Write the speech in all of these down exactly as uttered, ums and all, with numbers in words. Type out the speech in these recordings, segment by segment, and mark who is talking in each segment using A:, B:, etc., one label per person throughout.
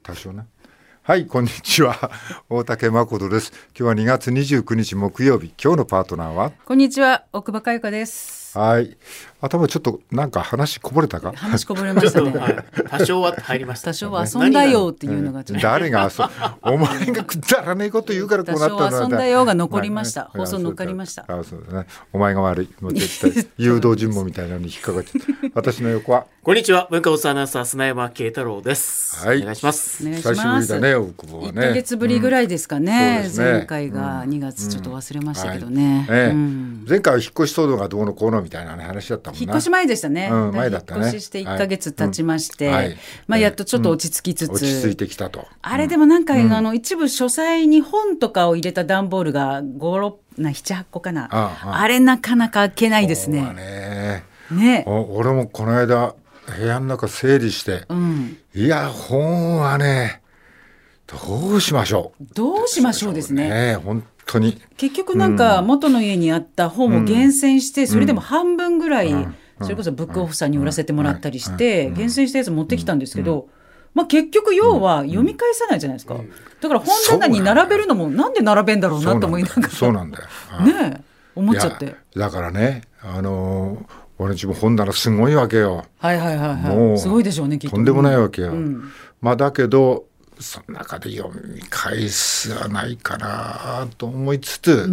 A: 多少ね。はい、こんにちは。大竹誠です。今日はにがつにじゅうくにち木曜日。今日のパートナーは
B: こんにちは、奥葉佳代子です。
A: はい。頭ちょっとなんか話こぼれたか。
B: 話こぼれましたね。
C: 多少は入りました。
B: 多少は遊んだよっていうのがちょっと、
A: 誰が遊お前がくだらねえこと言うからこうなったの
B: 多少遊んだよが残りました。放送乗っかりました。
A: あ、そうだね。お前が悪い。もう絶対誘導尋問みたいなのに引っかかっちゃった。私の横は
C: こんにちは、文化放送アナウンサー砂山慶太郎です。はい、お願いします。
B: お願いします。
A: 久しぶりだね、大久保はね。
B: いっかげつぶりぐらいですかね。
A: うん、そうですね。
B: 前回がにがつちょっと忘れましたけどね。
A: うんはいうん、前回は引っ越し騒動がどうのこうのみたいな、ね、話だったもんな。
B: 引っ越し前でしたね。
A: うん、前だったね。
B: 引っ越ししていっかげつ経ちまして、
A: はいうんはい
B: まあ、やっとちょっと落ち着きつつ、
A: うん、落ち着いてきたと。
B: あれでもなんか、
A: うん、
B: あの一部書斎に本とかを入れた段ボールがご、ろく、なな、はちこかな。あ, あ, あれなかなか開けないですね。
A: ね
B: ね
A: お俺もこの間部屋の中整理して、うん、いや本はねどうしましょう
B: どうしましょうですね。
A: ね本当に
B: 結局なんか元の家にあった本を厳選して、うん、それでも半分ぐらい、うん、それこそブックオフさんに売らせてもらったりして、うん、厳選したやつ持ってきたんですけど、うんまあ、結局要は読み返さないじゃないですか、うん、だから本棚に並べるのもなんで並べんだろうなと思いながら
A: そうなんだよ
B: ねえ思っちゃって
A: だからねあのー俺んちも本棚すごいわけよ。
B: はいはいはいはい。もうすごいでしょうねきっと。
A: とんでもないわけよ。
B: うん、
A: まあだけどその中で読み返すはないかなと思いつつ、うん、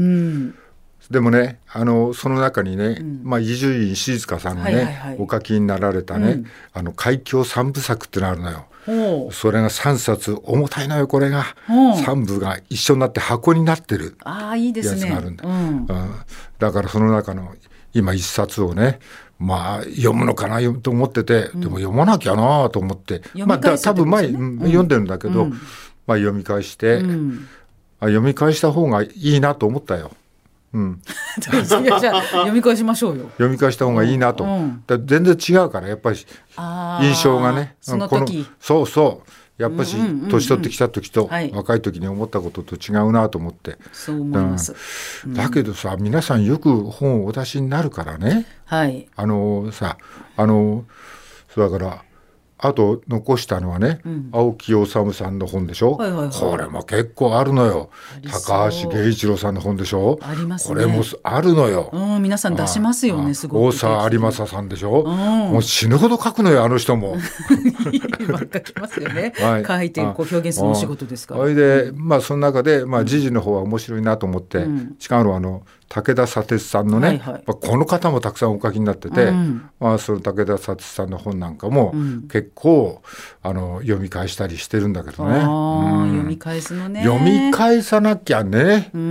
A: でもねあのその中にね、うんまあ、伊集院静香さんがね、はいはいはい、お書きになられたね、うん、あの海峡三部作ってのあるのよ。それがさんさつ重たいのよこれがさんぶが一緒になって箱になってるやつがあるんだ、
B: うんうん、
A: だからその中の今一冊をねまあ読むのかなと思ってて、うん、でも読まなきゃなと思って、ねまあ、多分前、うん、読んでるんだけど、うんまあ、読み返して、うん、あ読み返した方がいいなと思ったよ。うん、
B: いやじゃあ読み返しましょうよ。
A: 読み返した方がいいなと、うん、だ全然違うからやっぱり印象がね
B: その時
A: このそうそうやっぱし年取ってきた時と若い時に思ったことと違うなと思って、はい、
B: そう思います、
A: うん、だけどさ皆さんよく本をお出しになるからね、
B: はい、
A: あのさあのだからあと残したのはね、うん、青木治さんの本でしょ、はいはいはい、これも結構あるのよ。高橋源一郎さんの本でしょ
B: あります、ね、
A: これもあるのよ、
B: うん、皆さん出しますよねすごく。
A: 大沢有正さんでしょ、うん、もう死ぬほど書くのよあの人も
B: 今書きますよね、はい、書いてこう表現するお仕事ですから。
A: それで、まあ、その中で、まあ、時事の方は面白いなと思って、うん、違うのはあの武田砂鉄さんのね、はいはい、この方もたくさんお書きになってて、うんまあ、その武田砂鉄さんの本なんかも、うん、結構あの読み返したりしてるんだけどね、
B: あ、うん、読み返すのね
A: 読み返さなきゃね、うん、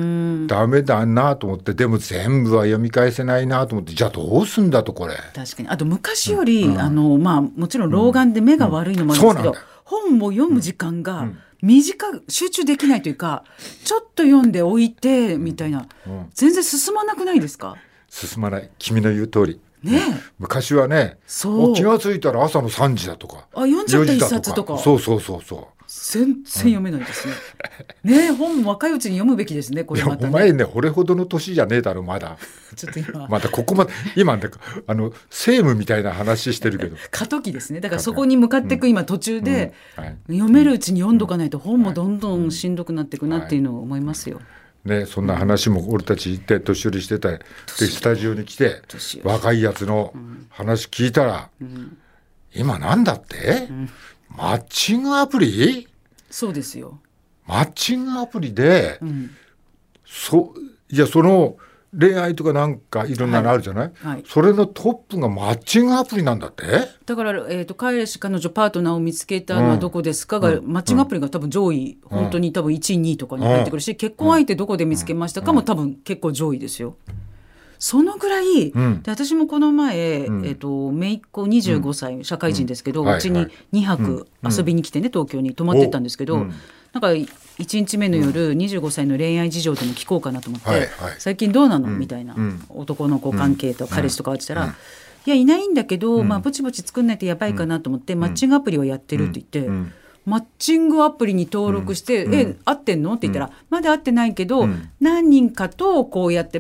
A: ダメだなと思って、でも全部は読み返せないなと思って、じゃあどうすんだとこれ。
B: 確かにあと昔より、うんあのまあ、もちろん老眼で目が悪いのもあるんですけど、うんうん、本を読む時間が、うん短く集中できないというかちょっと読んでおいてみたいな、うん、全然進まなくないですか。進
A: まない。君の言う通り、
B: ね、
A: 昔はねそう気がついたら朝のさんじだとか
B: あ読んじゃった一冊とか
A: そうそうそうそう
B: 全然読めないですね、うん、ね本若いうちに読むべきですねこれまたね。
A: お前ね俺ほどの年じゃねえだろまだ
B: ちょっと今
A: またここまで今ねあの政務みたいな話してるけど
B: 過渡期ですね。だからそこに向かっていく今途中で、うんうんはい、読めるうちに読んどかないと本もどんどんしんどくなっていくなっていうのを思いますよ、
A: はいね、そんな話も俺たち行って年寄りしてたでスタジオに来て若いやつの話聞いたら、うん、今なんだって、うん、マッチングアプリ。
B: そうですよ
A: マッチングアプリで、うん、そいやその恋愛とかなんかいろんなのあるじゃない、はいはい、それのトップがマッチングアプリなんだって。
B: だから、えーと、彼氏彼女パートナーを見つけたのはどこですか、うん、がマッチングアプリが多分上位、うん、本当に多分いちいにいとかに入ってくるし、うん、結婚相手どこで見つけましたかも多分結構上位ですよ。そのぐらい、うん、で私もこの前、うんえー、と姪っ子にじゅうごさい、うん、社会人ですけど、うん、うちににはく遊びに来てね、東京に泊まってったんですけど、うん、なんかいちにちめの夜、うん、にじゅうごさいの恋愛事情でも聞こうかなと思って、はいはい、最近どうなの、うん、みたいな、うん、男の子関係と彼氏とかはしたら、うん、いやいないんだけど、うんまあ、ぼちぼち作んないとやばいかなと思って、うん、マッチングアプリをやってるって言って、うんうんマッチングアプリに登録して、うん、え、合ってんのって言ったら、うん、まだ合ってないけど、うん、何人かとこうやって、まあ、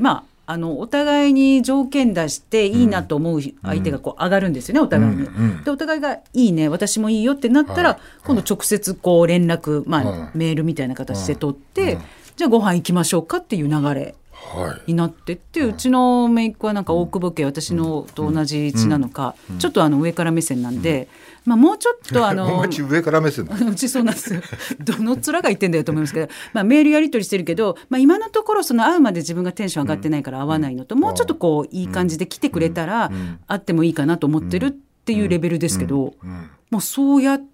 B: あのお互いに条件出していいなと思う相手がこう上がるんですよね、お互いに、うんうん、でお互いがいいね私もいいよってなったら、はい、今度直接こう連絡、まあはい、メールみたいな形で取って、うん、じゃあご飯行きましょうかっていう流れになってって、はい、うちの姪っ子はなんか大久保家、私のと同じ血なのか、うんうん、ちょっとあの上から目線なんで、うんまあ、もうちょっとあの
A: うち上から目線だ
B: うちそうなんですよどの面が言ってんだよと思いますけど、まあ、メールやり取りしてるけど、まあ、今のところその会うまで自分がテンション上がってないから会わないのと、うん、もうちょっとこういい感じで来てくれたら会ってもいいかなと思ってるっていうレベルですけど、うんうんうんまあ、そうやって、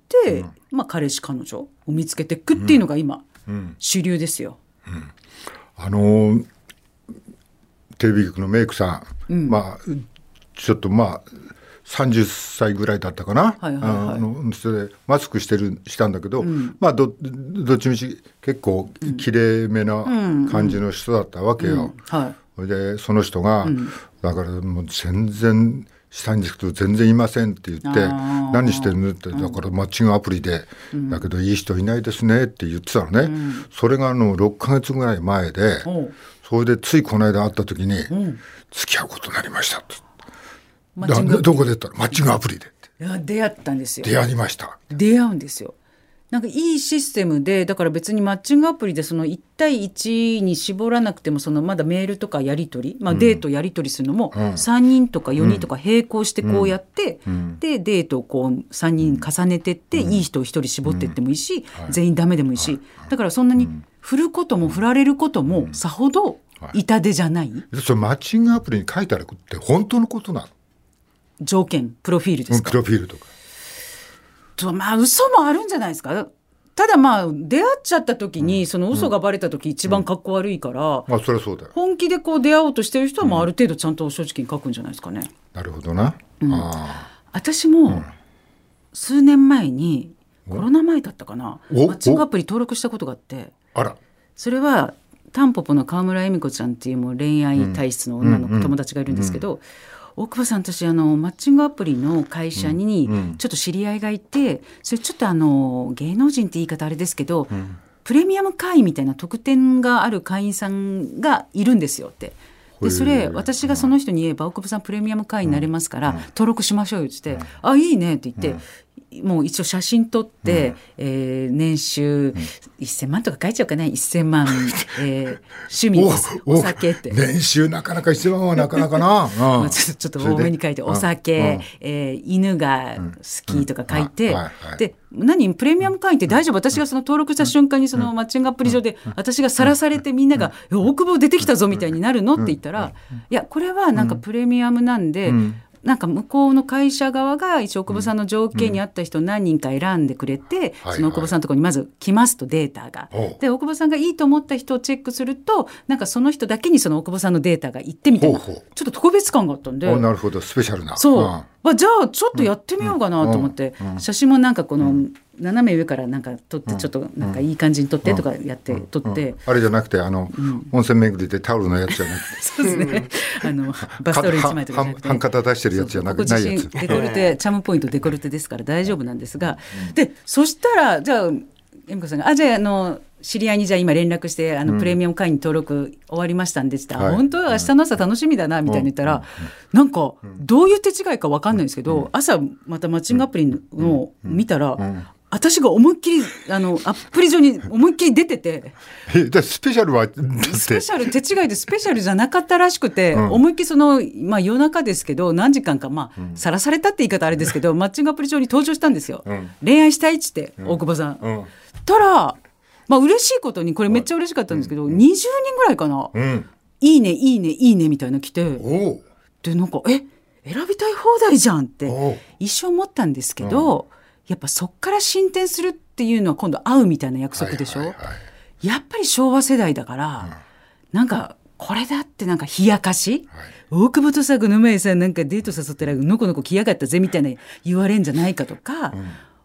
B: まあ、彼氏彼女を見つけていくっていうのが今、うん、主流ですよ、
A: うん、あのー、テレビ局のメイクさん、うん、まあちょっとまあさんじゅっさいぐらいだったかな、はいはいはい、あのそれでマスクしてるしたんだけど、うん、まあ ど, どっちみち結構きれいめな感じの人だったわけよ、うんうんはい、でその人が、うん、だからもう全然したいんですけど全然いませんって言って何してるのってだからマッチングアプリで、うん、だけどいい人いないですねって言ってたのね、うん、それがあのろっかげつぐらい前で、うん、それでついこの間会った時に、うん、付き合うことになりましたと。どこでやったの？マッチングアプリで。
B: いや出会ったんですよ。
A: 出会いました。
B: 出会うんですよ。なんかいいシステムで、だから別にマッチングアプリでそのいち対いちに絞らなくても、そのまだメールとかやり取り、まあ、デートやり取りするのもさんにんとかよにんとか並行してこうやって、うん、でデートをこうさんにん重ねてって、うん、いい人をひとり絞ってってもいいし、うん、全員ダメでもいいし、はい、だからそんなに振ることも振られることもさほど痛手じゃない、
A: はい、そのマッチングアプリに書いてあるって本当のことなの？
B: 条件プロフィールですか？
A: プロフィールとか
B: と、まあ嘘もあるんじゃないですか。ただまあ出会っちゃった時に、うん、その嘘がバレた時一番かっこ悪いから、うん
A: まあ、そりゃそうだよ。
B: 本気でこう出会おうとしてる人はまあある程度ちゃんと正直に書くんじゃないですかね、うん、
A: なるほどな、うん、あ
B: 私も数年前に、コロナ前だったかな、マッチングアプリ登録したことがあって、
A: あら
B: それはタンポポの川村恵美子ちゃんっていうもう恋愛体質の女の子、友達がいるんですけど、うんうん大久保さん私あのマッチングアプリの会社にちょっと知り合いがいて、うん、それちょっとあの芸能人って言い方あれですけど、うん、プレミアム会員みたいな特典がある会員さんがいるんですよって。でそれ私がその人に言えば大久保さんプレミアム会員になれますから、うん、登録しましょうよって言って、うん、あいいねって言って、うんもう一応写真撮って、うんえー、年収せんまんとか書いちゃうかなせんまん、えー、趣味お, お酒って
A: 年収なかなかせんまんはなかなかな、
B: うんまあ、ちょっとちょっと多めに書いてお酒、うんえー、犬が好きとか書いて、うんはいはい、で何プレミアム会員って大丈夫私がその登録した瞬間にそのマッチングアプリ上で私がさらされてみんなが大久保出てきたぞみたいになるのって言ったらいやこれはなんかプレミアムなんで、うんなんか向こうの会社側が一応大久保さんの条件に合った人を何人か選んでくれて、うん、その大久保さんのところにまず来ますとデータが、はいはい、で大久保さんがいいと思った人をチェックするとなんかその人だけにその大久保さんのデータが行ってみたいなちょっと特別感があったんで
A: なるほどスペシャルな
B: そう、うんまあ、じゃあちょっとやってみようかなと思って、うんうん、写真もなんかこの、うん斜め上からなんか撮ってちょっとなんかいい感じに撮ってとかやって撮って、うんうん、
A: あれじゃなくてあの、うん、温泉巡りでタオルのやつじゃなくて
B: そうですねあのバスタオルいちまいとかじゃなくて
A: 半肩出してるやつじゃなくてないやつ
B: デコルテチャームポイントデコルテですから大丈夫なんですが、うん、でそしたらじゃあ恵美子さんがあじゃああの知り合いにじゃあ今連絡してあのプレミアム会員登録終わりましたんでした、うん、本当は明日の朝楽しみだなみたいに言ったら、うん、なんかどういう手違いか分かんないんですけど、うん、朝またマッチングアプリの見たら、うんうん私が思いっきりあのアプリ上に思いっきり出てて
A: えだスペシャルは
B: スペシャル手違いでスペシャルじゃなかったらしくて、うん、思いっきりその、まあ、夜中ですけど何時間かまあさら、うん、されたって言い方あれですけどマッチングアプリ上に登場したんですよ、うん、恋愛したいっつって、うん、大久保さん、うん、たらまあ嬉しいことにこれめっちゃ嬉しかったんですけど、うん、にじゅうにんぐらいかな、うん、いいねいいねいいねみたいな来てでなんかえ選びたい放題じゃんって一瞬思ったんですけど、うんやっぱそっから進展するっていうのは今度会うみたいな約束でしょ、はいはいはい、やっぱり昭和世代だから、うん、なんかこれだってなんか冷やかし、はい、大久保とさこの前さなんかデート誘ったらのこのこ来やがったぜみたいな言われんじゃないかとか、うん、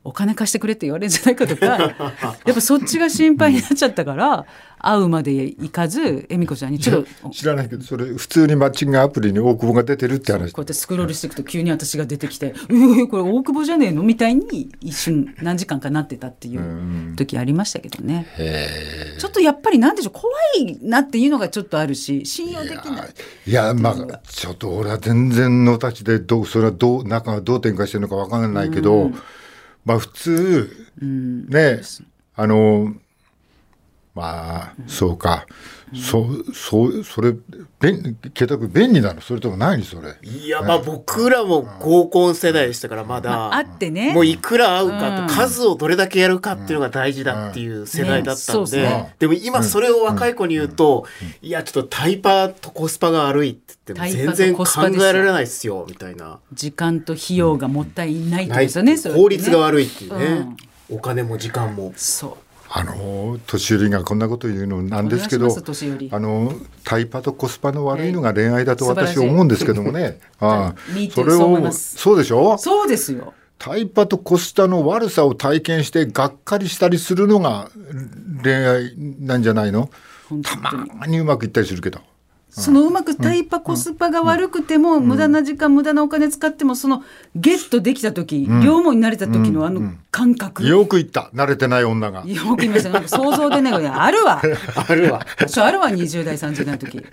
B: お金貸してくれって言われるんじゃないかとかやっぱそっちが心配になっちゃったから会うまで行かず恵美子ちゃんにちょっと
A: 知らないけどそれ普通にマッチングアプリに大久保が出てるって話。
B: こうやってスクロールしていくと急に私が出てきて「うわこれ大久保じゃねえの?」みたいに一瞬何時間かなってたっていう時ありましたけどね。
A: へ
B: ちょっとやっぱりなんでしょう怖いなっていうのがちょっとあるし信用できない。
A: いや、いやまあちょっと俺は全然の立ちでどうそれはどう中がどう展開してるのか分からないけど、うんまあ普通、うん、ねあのまあ、うん、そうか、うん、そうそうそれ便ケタ君便利なのそれとも何それ。
C: いや、ね、まあ僕らも合コン世代でしたからまだ、まあ、
B: あってね
C: もういくら会うかと、うん、数をどれだけやるかっていうのが大事だっていう世代だったんで、うんね、でも今それを若い子に言うと、うん、いやちょっとタイパとコスパが悪いって言っても全然考えられないっすよみたいな。
B: 時間と費用がもったいないってですよね、
C: うん、効率が悪いっていうね、うん、お金も時間も。
B: そう
A: あの年寄りがこんなこと言うのなんですけどあのタイパとコスパの悪いのが恋愛だと私は思うんですけどもね、ああそれをそうでしょ。
B: そうですよ。
A: タイパとコスパの悪さを体験してがっかりしたりするのが恋愛なんじゃないの。たまにうまくいったりするけど
B: そのうまくタイパコスパが悪くても、うん、無駄な時間無駄なお金使ってもそのゲットできた時、うん、両思いになれた時のあの感覚、
A: うんうん、よく言った慣れてない女が
B: よく言いました。なんか想像でねあるわ
C: あるわ
B: あるわにじゅう代さんじゅう代の時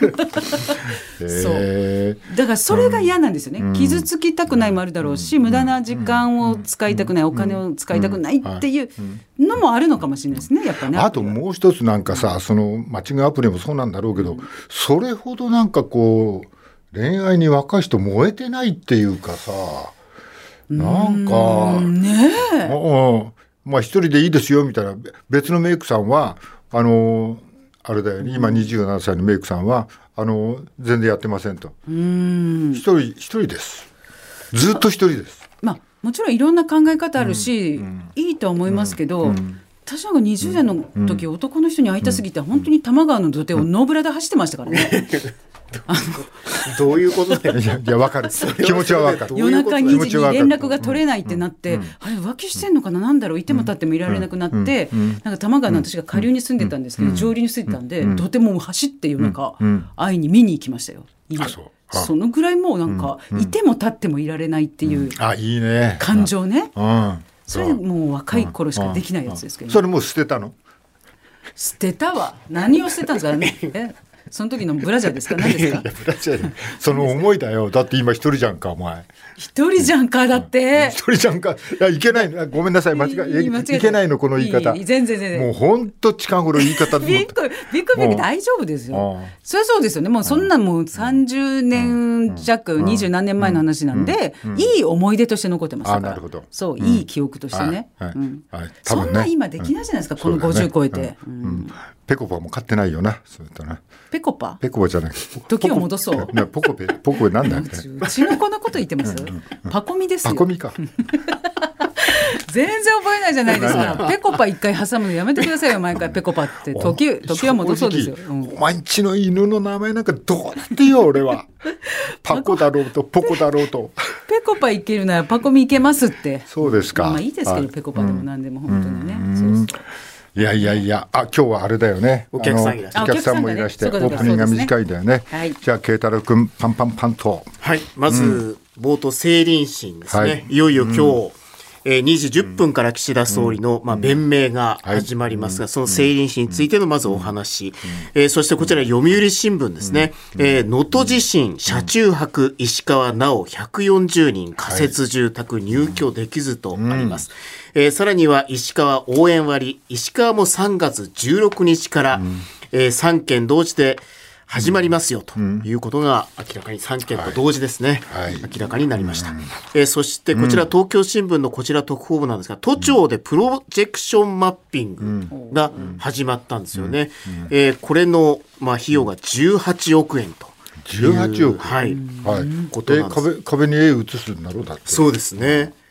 B: そうだからそれが嫌なんですよね、うん、傷つきたくないもあるだろうし、うん、無駄な時間を使いたくない、うん、お金を使いたくないっていうのもあるのかもしれないですねやっぱね。
A: あともう一つなんかさそのマッチングアプリもそうなんだろうけど、うん、それほどなんかこう恋愛に若い人燃えてないっていうかさなんか
B: ねえ、
A: うん、まあ一人でいいですよみたいな。別のメイクさんはあのあれだよね今にじゅうななさいのメイクさんはあの全然やってませんと。うん一人一人ですずっと一人です。
B: まあもちろんいろんな考え方あるし、うんうん、いいとは思いますけど、うんうん私なんかにじゅう代の時、うん、男の人に会いたすぎて、うん、本当に多摩川の土手をノーブラで走ってましたからね、
C: うん、あのどういうことで
A: いやいや分かる気持ちは分かる。
B: 夜中にじに連絡が取れないってなって、うん、あれ浮気してんのかななんだろういても立ってもいられなくなって、うん、なんか多摩川の私が下流に住んでたんですけど、うん、上流に住んでたんで、うん、土手も走って夜中、うん、会いに見に行きましたよ。いいあそうあそのぐらいもうなんか、うん、いても立ってもいられないっていう感情ね、うんうんそれもう若い頃しかできないやつですけど、ね、
A: それもう捨てたの？
B: 捨てたわ。何を捨てたんですかねえその時のブラジャーですか何ですか？いや
A: ブラジャーその思いだよ。だって今一人じゃんかお前。
B: 一人じゃんかだって
A: 一人じゃんか。いやいけないのごめんなさい間違え い, い, いけないのこの言い方。いい
B: 全然全然
A: もう本当近頃言い方
B: ビックビックビック大丈夫ですよ。そりゃそうですよね。もうそんなもうさんじゅうねん弱二十何年前の話なんで、うんうん、いい思い出として残ってますから。あなるほどそう、うん、いい記憶としてね、はいうんはいね、そんな今できないじゃないですか、うん、このごじゅう超えて、うんうん、
A: ペコパも買ってないよな。そうだな
B: ペコパ
A: ペコパじゃない
B: 時を戻そう
A: ねポコペポコペなんだっけ
B: うちの子のこと言ってます、うんうんうん、パコミですよ。
A: パコミか
B: 全然覚えないじゃないですか。ペコパ一回挟むのやめてくださいよ毎回ペコパって時時は戻そうですよ、うん、
A: お前んちの犬の名前なんかどうだってよ俺はパコだろうとポコだろうと
B: ペコパいけるならパコミいけますって。
A: そうですか。
B: まあいいですけどペコパでも何でも本当にね、うん、そうそう
A: いやいやいやあ今日はあれだよね
C: お客さんいらっしゃ
A: お客さんもいらして、ね、オープニングが短いんだよね、はい、じゃあ慶太郎くんパンパンパンと
C: はいまず、うん、冒頭政倫審ですね、はい、いよいよ今日、うんえー、にじじゅっぷんから岸田総理の、まあ、弁明が始まりますが、その政倫審についてのまずお話、えー、そしてこちら読売新聞ですね能登、えー、地震車中泊石川なおひゃくよんじゅうにん仮設住宅入居できずとあります、えー、さらには石川応援割石川もさんがつじゅうろくにちから、えー、さんけん同時で始まりますよということが明らかにさんけんと同時ですね、はいはい、明らかになりました、えー、そしてこちら東京新聞のこちら特報部なんですが都庁でプロジェクションマッピングが始まったんですよね、えー、これのまあ費用がじゅうはちおくえんと
A: じゅうはちおく
C: はい、
A: はい、ことなんです。壁、壁に絵写すんだろうだって。
C: そうですね、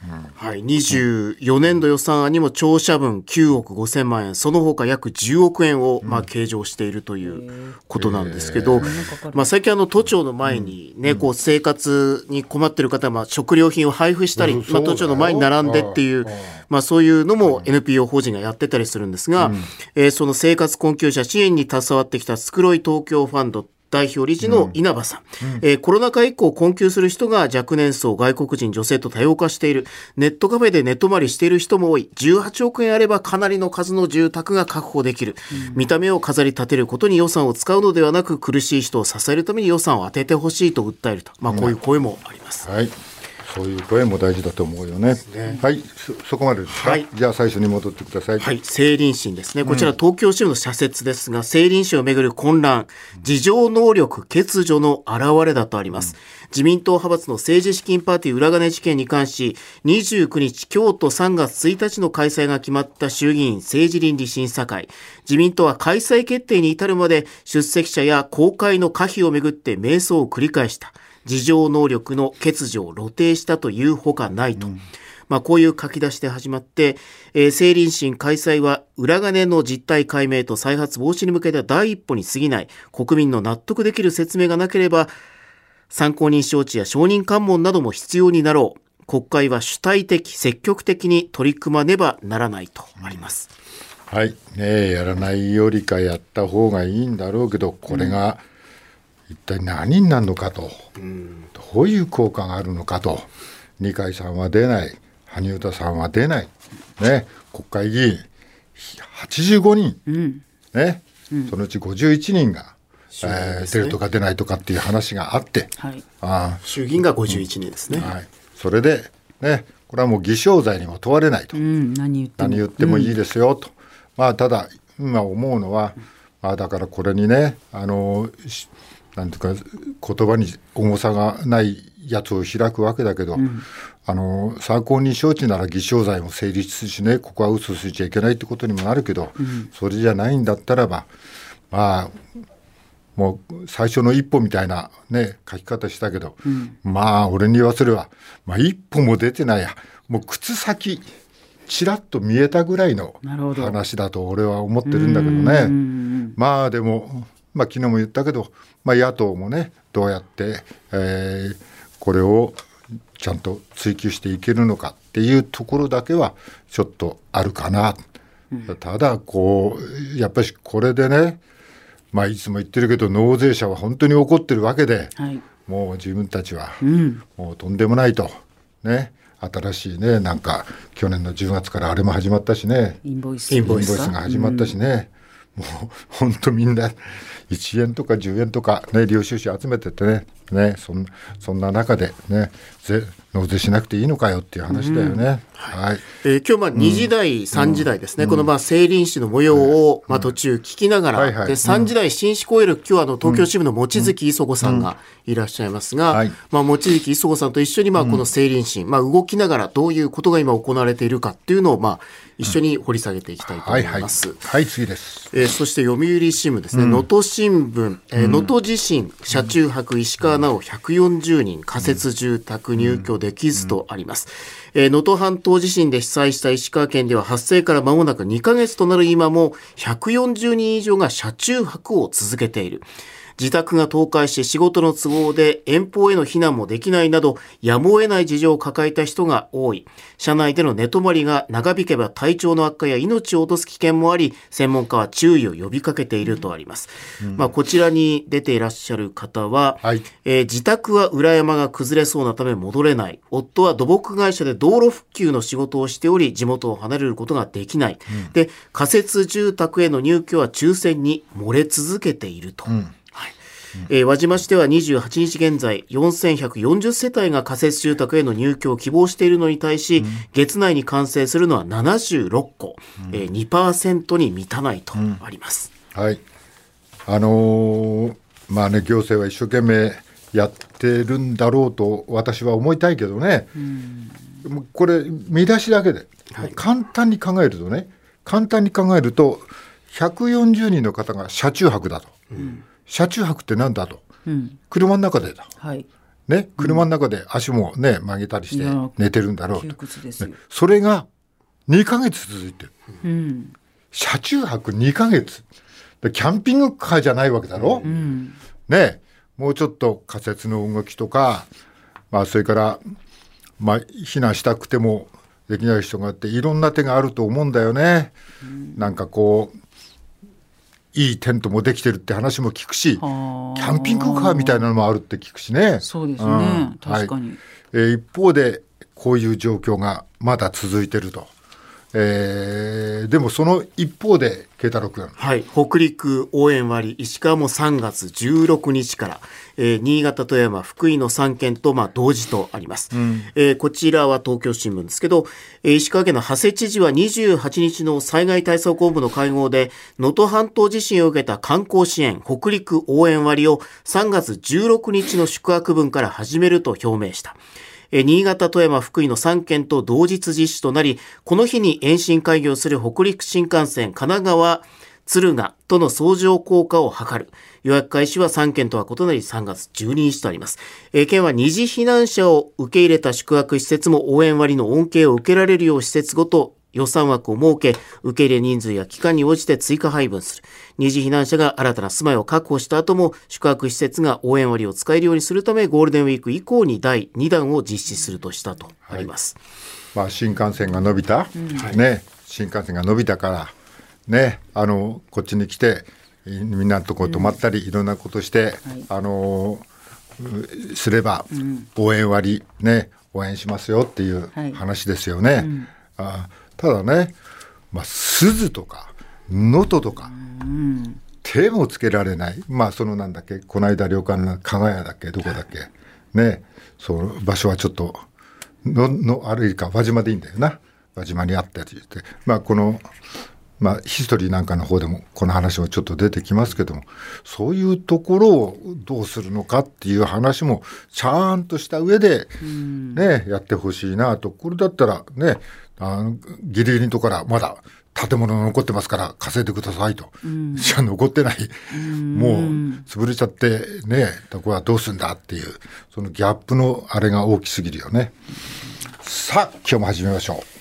C: はい、にじゅうよねんど予算案にも庁舎分きゅうおくごせんまんえん、その他約じゅうおくえんを、まあ、計上しているということなんですけど、まあ、最近あの都庁の前に、ね、こう生活に困っている方は、まあ、食料品を配布したり、まあ、都庁の前に並んでっていう、まあ、そういうのも エヌピーオー 法人がやってたりするんですが、えー、その生活困窮者支援に携わってきたスクロイ東京ファンド代表理事の稲葉さん、うんえー、コロナ禍以降困窮する人が若年層、外国人、女性と多様化している。ネットカフェで寝泊まりしている人も多い。じゅうはちおくえんあればかなりの数の住宅が確保できる、うん、見た目を飾り立てることに予算を使うのではなく、苦しい人を支えるために予算を当ててほしいと訴えると、まあ、こういう声もあります、
A: うんはい、そういう声も大事だと思うよね。ねはい そ, そこまでですか、はい、じゃあ最初に戻ってください。
C: はい、政倫審ですね。こちら東京支部の社説ですが、政倫審をめぐる混乱、自浄能力欠如の表れだとあります、うん、自民党派閥の政治資金パーティー裏金事件に関し、にじゅうくにち京都さんがつついたちの開催が決まった衆議院政治倫理審査会、自民党は開催決定に至るまで出席者や公開の可否をめぐって迷走を繰り返した。自浄能力の欠如を露呈したというほかないと、うんまあ、こういう書き出しで始まって、えー、政倫審開催は裏金の実態解明と再発防止に向けた第一歩に過ぎない。国民の納得できる説明がなければ参考人招致や証人喚問なども必要になろう。国会は主体的積極的に取り組まねばならないとあります、
A: うん、はいねえやらないよりかやった方がいいんだろうけど、これが、うん一体何になるのかと、うん、どういう効果があるのかと。二階さんは出ない、萩生田さんは出ない、ね、国会議員はちじゅうごにん、うんねうん、そのうちごじゅういちにんが、えー、出るとか出ないとかっていう話があって、はい、あ
C: 衆議院がごじゅういちにんですね、
A: うんはい、それで、ね、これはもう偽証罪にも問われないと、うん、何言っても、何言ってもいいですよと、うんまあ、ただ今思うのは、まあ、だからこれにねあのなんていうか言葉に重さがないやつを開くわけだけど、うん、あの参考人招致なら偽証罪も成立するしね、ここは嘘ついちゃいけないってことにもなるけど、うん、それじゃないんだったらばまあもう最初の一歩みたいな、ね、書き方したけど、うん、まあ俺に言わせれば、まあ、一歩も出てないやもう靴先ちらっと見えたぐらいの話だと俺は思ってるんだけどね。まあでもまあ、昨日も言ったけど、まあ、野党もねどうやって、えー、これをちゃんと追及していけるのかっていうところだけはちょっとあるかな、うん、ただこうやっぱりこれでね、まあ、いつも言ってるけど納税者は本当に怒ってるわけで、はい、もう自分たちは、うん、もうとんでもないとね、新しいねなんか去年のじゅうがつからあれも始まったしね、
B: インボイス、
A: インボイスが始まったしね、うん、もう本当みんないちえんとかじゅうえんとか、ね、領収書集めててね、ね そ, んそんな中で、ね、ぜ納税しなくていいのかよっていう話だよね、うんはい
C: えー、今日まあにじ台、うん、さんじ台ですね、うん、このまあ政倫審の模様をまあ途中聞きながら、うんはいはい、でさんじ台新思考へる今日はあの東京支部の望月磯子さんがいらっしゃいますが、うんはいまあ、望月磯子さんと一緒にまあこの政倫審、まあ、動きながらどういうことが今行われているかっていうのをまあ一緒に掘り下げていきたいと思います、
A: うんはいはいはい、次です、
C: えー、そして読売新聞ですね、能登、うん、新聞能登、えー、地震車中泊石川直ひゃくよんじゅうにん仮設住宅入居できずとあります。能登、えー、半島地震で被災した石川県では発生から間もなくにかげつとなる今もひゃくよんじゅうにん以上が車中泊を続けている。自宅が倒壊し仕事の都合で遠方への避難もできないなどやむを得ない事情を抱えた人が多い。車内での寝泊まりが長引けば体調の悪化や命を落とす危険もあり、専門家は注意を呼びかけているとあります、うんまあ、こちらに出ていらっしゃる方は、はいえー、自宅は裏山が崩れそうなため戻れない。夫は土木会社で道路復旧の仕事をしており地元を離れることができない、うん、で仮設住宅への入居は抽選に漏れ続けていると、うんえー、輪島市ではにじゅうはちにち現在よんせんひゃくよんじゅっせたいが仮設住宅への入居を希望しているのに対し、うん、月内に完成するのはななじゅうろっこ、うんえー、にパーセント に満たないとあります、
A: うん、はいあのー、まあね行政は一生懸命やってるんだろうと私は思いたいけどね、うん、これ見出しだけで、はい、簡単に考えるとね簡単に考えるとひゃくよんじゅうにんの方が車中泊だと、うん車中泊ってなんだと、うん、車の中でだ、はい、 ね、車の中で足もね曲げたりして寝てるんだろうと、
B: 窮屈ですよ。
A: ね、それがにかげつ続いてる、
B: うん、
A: 車中泊にかげつでキャンピングカーじゃないわけだろ、うん、ね、もうちょっと仮設の動きとか、まあ、それから、まあ、避難したくてもできない人があっていろんな手があると思うんだよね、うん、なんかこういいテントもできてるって話も聞くし、キャンピングカーみたいなのもあるって聞くしね。
B: そうですね、うん、確かに、はい、
A: えー、一方でこういう状況がまだ続いてると、えー、でもその一方で慶太郎君、
C: はい、北陸応援割石川もさんがつじゅうろくにちから、えー、新潟、富山、福井のさんけんと、まあ、同時とあります、うん、えー、こちらは東京新聞ですけど、えー、石川県の長谷知事はにじゅうはちにちの災害対策本部の会合で能登半島地震を受けた観光支援北陸応援割をさんがつじゅうろくにちの宿泊分から始めると表明した。新潟、富山、福井のさんけんと同日実施となり、この日に延伸開業する北陸新幹線神奈川敦賀との相乗効果を図る。予約開始はさんけんとは異なりさんがつじゅうににちとあります。県は二次避難者を受け入れた宿泊施設も応援割の恩恵を受けられるよう施設ごと予算枠を設け、受け入れ人数や期間に応じて追加配分する。二次避難者が新たな住まいを確保した後も宿泊施設が応援割を使えるようにするため、ゴールデンウィーク以降にだいにだんを実施するとしたとあります、
A: はい、まあ、新幹線が伸びた、うん、ね、新幹線が伸びたからね、あのこっちに来てみんなのとこ泊まったり、うん、いろんなことして、はい、あのすれば、うん、応援割ね、応援しますよっていう話ですよね、はい、うん、あ、ただね、まあ、鈴とか能登とか、うん、手もつけられない、まあそのなんだっけ、この間旅館の加賀屋だっけ、どこだっけね、その場所はちょっとののあるいか輪島でいいんだよな、輪島にあったりして、まあこのまあ、ヒストリーなんかの方でもこの話もちょっと出てきますけども、そういうところをどうするのかっていう話もちゃんとした上で、ね、やってほしいなと。これだったらね、あのギリギリのところからまだ建物残ってますから稼いでくださいと、うん、じゃあ残ってない、うん、もう潰れちゃってね、ここはどうするんだっていう、そのギャップのあれが大きすぎるよね。さあ今日も始めましょう。